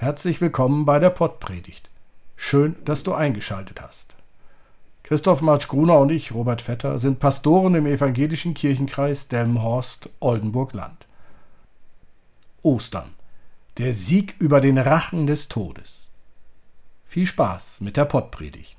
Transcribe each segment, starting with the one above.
Herzlich willkommen bei der Pottpredigt. Schön, dass du eingeschaltet hast. Christoph Marsch-Gruner und ich, Robert Vetter, sind Pastoren im evangelischen Kirchenkreis Delmenhorst-Oldenburg-Land. Ostern. Der Sieg über den Rachen des Todes. Viel Spaß mit der Pottpredigt.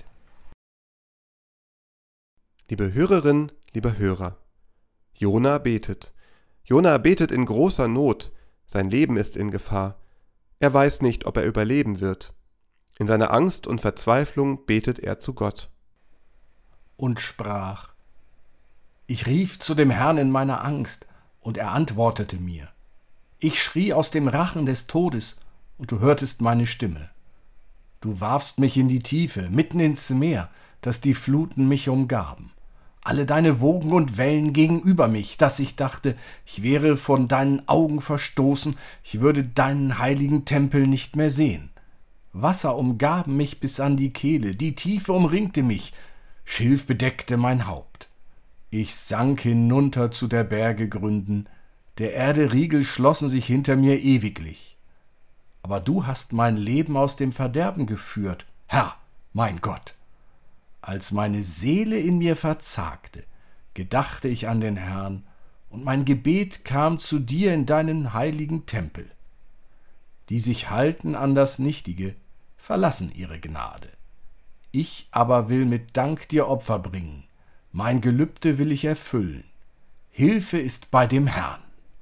Liebe Hörerin, lieber Hörer, Jona betet. Jona betet in großer Not. Sein Leben ist in Gefahr. Er weiß nicht, ob er überleben wird. In seiner Angst und Verzweiflung betet er zu Gott. Und sprach: Ich rief zu dem Herrn in meiner Angst, und er antwortete mir. Ich schrie aus dem Rachen des Todes, und du hörtest meine Stimme. Du warfst mich in die Tiefe, mitten ins Meer, dass die Fluten mich umgaben. Alle deine Wogen und Wellen gegenüber mich, dass ich dachte, ich wäre von deinen Augen verstoßen, ich würde deinen heiligen Tempel nicht mehr sehen. Wasser umgaben mich bis an die Kehle, die Tiefe umringte mich, Schilf bedeckte mein Haupt. Ich sank hinunter zu der Berge Gründen, der Erde Riegel schlossen sich hinter mir ewiglich. Aber du hast mein Leben aus dem Verderben geführt, Herr, mein Gott. Als meine Seele in mir verzagte, gedachte ich an den Herrn, und mein Gebet kam zu dir in deinen heiligen Tempel. Die sich halten an das Nichtige, verlassen ihre Gnade. Ich aber will mit Dank dir Opfer bringen, mein Gelübde will ich erfüllen. Hilfe ist bei dem Herrn.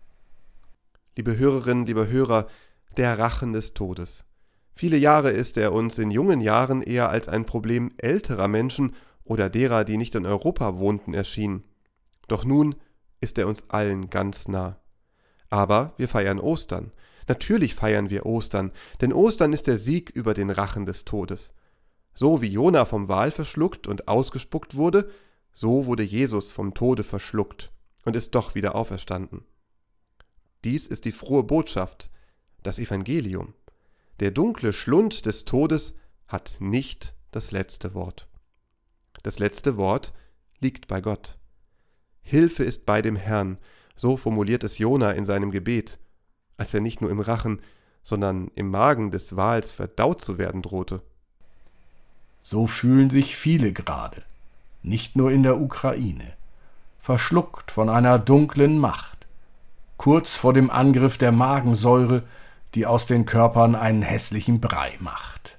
Liebe Hörerinnen, lieber Hörer, der Rachen des Todes. Viele Jahre ist er uns in jungen Jahren eher als ein Problem älterer Menschen oder derer, die nicht in Europa wohnten, erschienen. Doch nun ist er uns allen ganz nah. Aber wir feiern Ostern. Natürlich feiern wir Ostern, denn Ostern ist der Sieg über den Rachen des Todes. So wie Jona vom Wal verschluckt und ausgespuckt wurde, so wurde Jesus vom Tode verschluckt und ist doch wieder auferstanden. Dies ist die frohe Botschaft, das Evangelium. Der dunkle Schlund des Todes hat nicht das letzte Wort. Das letzte Wort liegt bei Gott. Hilfe ist bei dem Herrn, so formuliert es Jona in seinem Gebet, als er nicht nur im Rachen, sondern im Magen des Wals verdaut zu werden drohte. So fühlen sich viele gerade, nicht nur in der Ukraine, verschluckt von einer dunklen Macht, kurz vor dem Angriff der Magensäure, die aus den Körpern einen hässlichen Brei macht.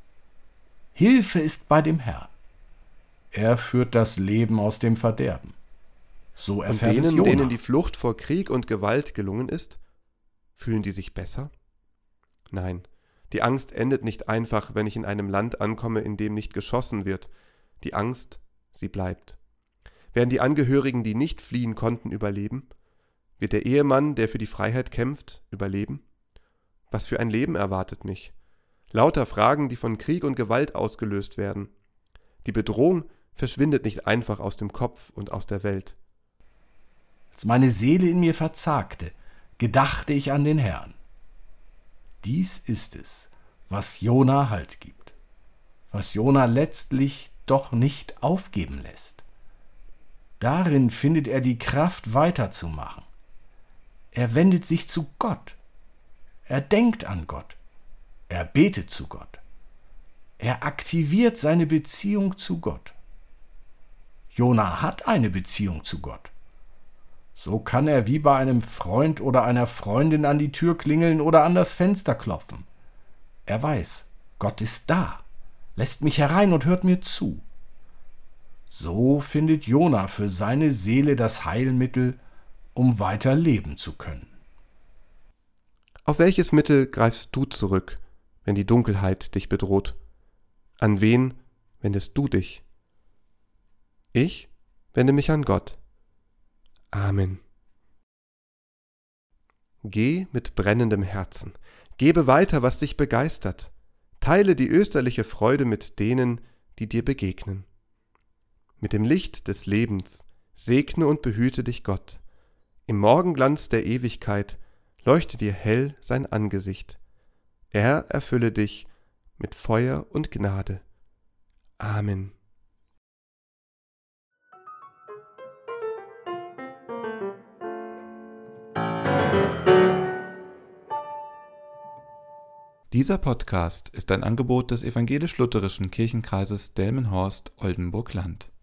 Hilfe ist bei dem Herrn. Er führt das Leben aus dem Verderben. So erfährt es Jona. Denen die Flucht vor Krieg und Gewalt gelungen ist, fühlen die sich besser? Nein, die Angst endet nicht einfach, wenn ich in einem Land ankomme, in dem nicht geschossen wird. Die Angst, sie bleibt. Werden die Angehörigen, die nicht fliehen konnten, überleben? Wird der Ehemann, der für die Freiheit kämpft, überleben? Was für ein Leben erwartet mich? Lauter Fragen, die von Krieg und Gewalt ausgelöst werden. Die Bedrohung verschwindet nicht einfach aus dem Kopf und aus der Welt. Als meine Seele in mir verzagte, gedachte ich an den Herrn. Dies ist es, was Jona Halt gibt, was Jona letztlich doch nicht aufgeben lässt. Darin findet er die Kraft, weiterzumachen. Er wendet sich zu Gott. Er denkt an Gott. Er betet zu Gott. Er aktiviert seine Beziehung zu Gott. Jona hat eine Beziehung zu Gott. So kann er wie bei einem Freund oder einer Freundin an die Tür klingeln oder an das Fenster klopfen. Er weiß, Gott ist da, lässt mich herein und hört mir zu. So findet Jona für seine Seele das Heilmittel, um weiter leben zu können. Auf welches Mittel greifst du zurück, wenn die Dunkelheit dich bedroht? An wen wendest du dich? Ich wende mich an Gott. Amen. Geh mit brennendem Herzen, gebe weiter, was dich begeistert, teile die österliche Freude mit denen, die dir begegnen. Mit dem Licht des Lebens segne und behüte dich Gott. Im Morgenglanz der Ewigkeit leuchte dir hell sein Angesicht. Er erfülle dich mit Feuer und Gnade. Amen. Dieser Podcast ist ein Angebot des Evangelisch-Lutherischen Kirchenkreises Delmenhorst-Oldenburg-Land.